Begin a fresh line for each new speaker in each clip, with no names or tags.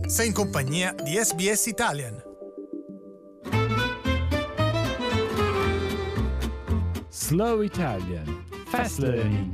Sei in compagnia di SBS Italian.
Slow Italian Fast Learning.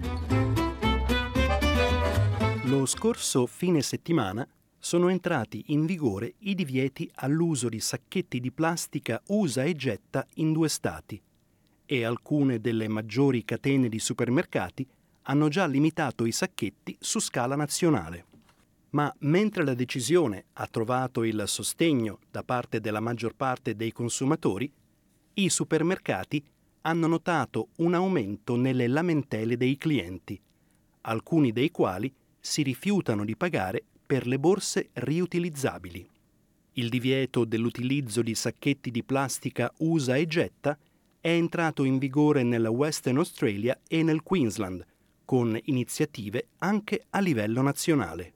Lo scorso fine settimana sono entrati in vigore i divieti all'uso di sacchetti di plastica usa e getta in 2 stati e alcune delle maggiori catene di supermercati hanno già limitato i sacchetti su scala nazionale. Ma mentre la decisione ha trovato il sostegno da parte della maggior parte dei consumatori, i supermercati hanno notato un aumento nelle lamentele dei clienti, alcuni dei quali si rifiutano di pagare per le borse riutilizzabili. Il divieto dell'utilizzo di sacchetti di plastica usa e getta è entrato in vigore nella Western Australia e nel Queensland, con iniziative anche a livello nazionale.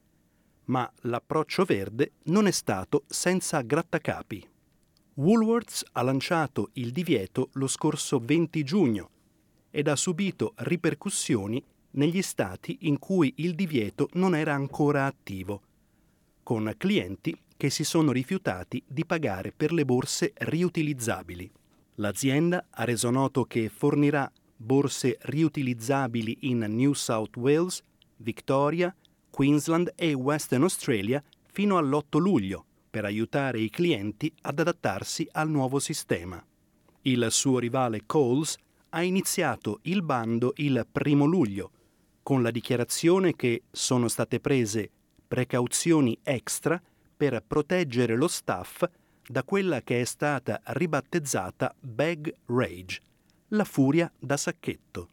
Ma l'approccio verde non è stato senza grattacapi. Woolworths ha lanciato il divieto lo scorso 20 giugno ed ha subito ripercussioni negli stati in cui il divieto non era ancora attivo, con clienti che si sono rifiutati di pagare per le borse riutilizzabili. L'azienda ha reso noto che fornirà borse riutilizzabili in New South Wales, Victoria, Queensland e Western Australia fino all'8 luglio per aiutare i clienti ad adattarsi al nuovo sistema. Il suo rivale Coles ha iniziato il bando il 1 luglio con la dichiarazione che sono state prese precauzioni extra per proteggere lo staff da quella che è stata ribattezzata Bag Rage, la furia da sacchetto.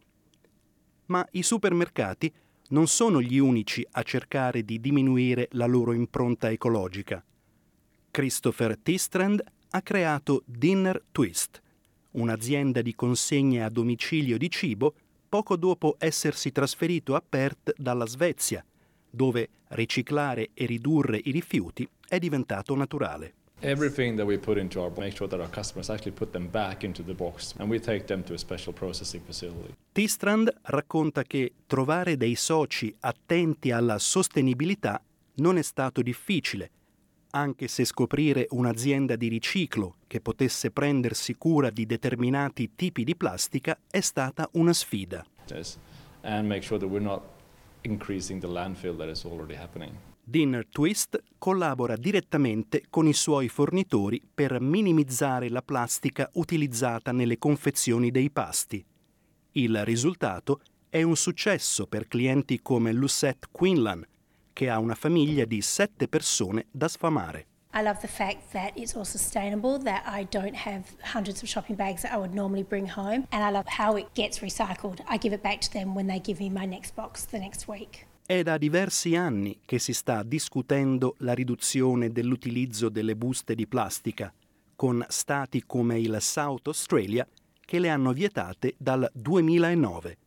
Ma i supermercati non sono gli unici a cercare di diminuire la loro impronta ecologica. Christopher Tistrand ha creato Dinner Twist, un'azienda di consegne a domicilio di cibo poco dopo essersi trasferito a Perth dalla Svezia, dove riciclare e ridurre i rifiuti è diventato naturale.
Everything that we put into our box, make sure that our customers actually put them back into the box and we take them to a special processing facility.
Tistrand racconta che trovare dei soci attenti alla sostenibilità non è stato difficile, anche se scoprire un'azienda di riciclo che potesse prendersi cura di determinati tipi di plastica è stata una sfida.
And make sure that we're not increasing the landfill that is already happening.
Dinner Twist collabora direttamente con i suoi fornitori per minimizzare la plastica utilizzata nelle confezioni dei pasti. Il risultato è un successo per clienti come Lucette Quinlan, che ha una famiglia di 7 persone da sfamare.
I love the fact that it's all sustainable, that I don't have hundreds of shopping bags that I would normally bring home, and I love how it gets recycled. I give it back to them when they give me my next box the next week.
È da diversi anni che si sta discutendo la riduzione dell'utilizzo delle buste di plastica, con stati come il South Australia che le hanno vietate dal 2009.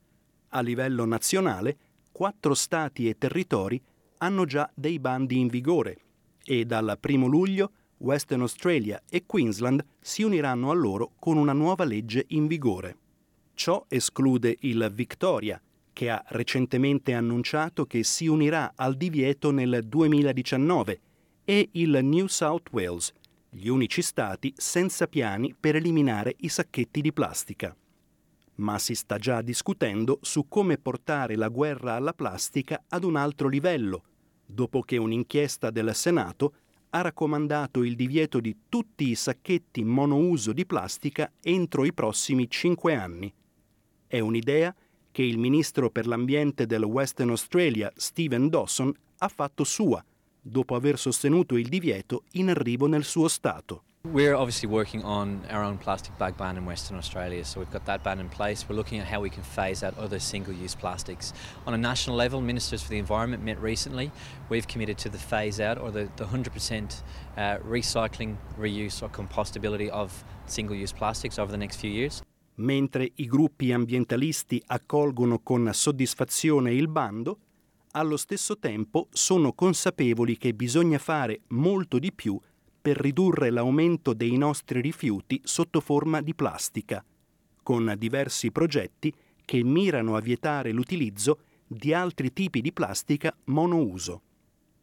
A livello nazionale, 4 stati e territori hanno già dei bandi in vigore e dal 1 luglio Western Australia e Queensland si uniranno a loro con una nuova legge in vigore. Ciò esclude il Victoria, che ha recentemente annunciato che si unirà al divieto nel 2019, e il New South Wales, gli unici stati senza piani per eliminare i sacchetti di plastica. Ma si sta già discutendo su come portare la guerra alla plastica ad un altro livello, dopo che un'inchiesta del Senato ha raccomandato il divieto di tutti i sacchetti monouso di plastica entro i prossimi 5 anni. È un'idea che il ministro per l'ambiente del Western Australia, Stephen Dawson, ha fatto sua, dopo aver sostenuto il divieto in arrivo nel suo stato.
We're obviously working on our own plastic bag ban in Western Australia, so we've got that ban in place. We're looking at how we can phase out other single-use plastics. On a national level, Ministers for the Environment met recently. We've committed to the phase out or the 100% recycling, reuse or compostability of single-use plastics over the next few years.
Mentre i gruppi ambientalisti accolgono con soddisfazione il bando, allo stesso tempo sono consapevoli che bisogna fare molto di più per ridurre l'aumento dei nostri rifiuti sotto forma di plastica, con diversi progetti che mirano a vietare l'utilizzo di altri tipi di plastica monouso.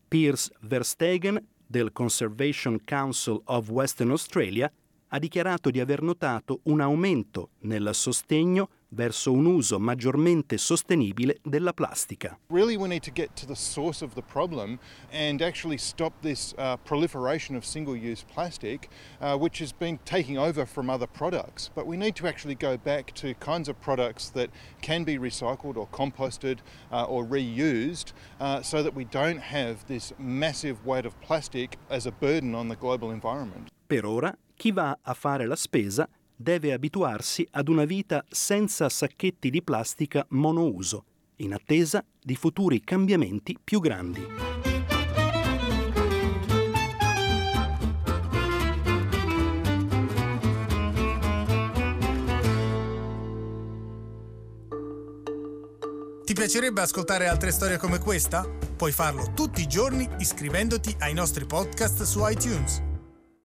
Piers Verstegen, del Conservation Council of Western Australia, ha dichiarato di aver notato un aumento nel sostegno verso un uso maggiormente sostenibile della plastica.
Really we need to get to the source of the problem and actually stop this proliferation of single-use plastic which has been taking over from other products. But we need to actually go back to kinds of products that can be recycled or composted or reused so that we don't have this massive weight of plastic as a burden on the global environment.
Per ora, chi va a fare la spesa deve abituarsi ad una vita senza sacchetti di plastica monouso, in attesa di futuri cambiamenti più grandi.
Ti piacerebbe ascoltare altre storie come questa? Puoi farlo tutti i giorni iscrivendoti ai nostri podcast su iTunes.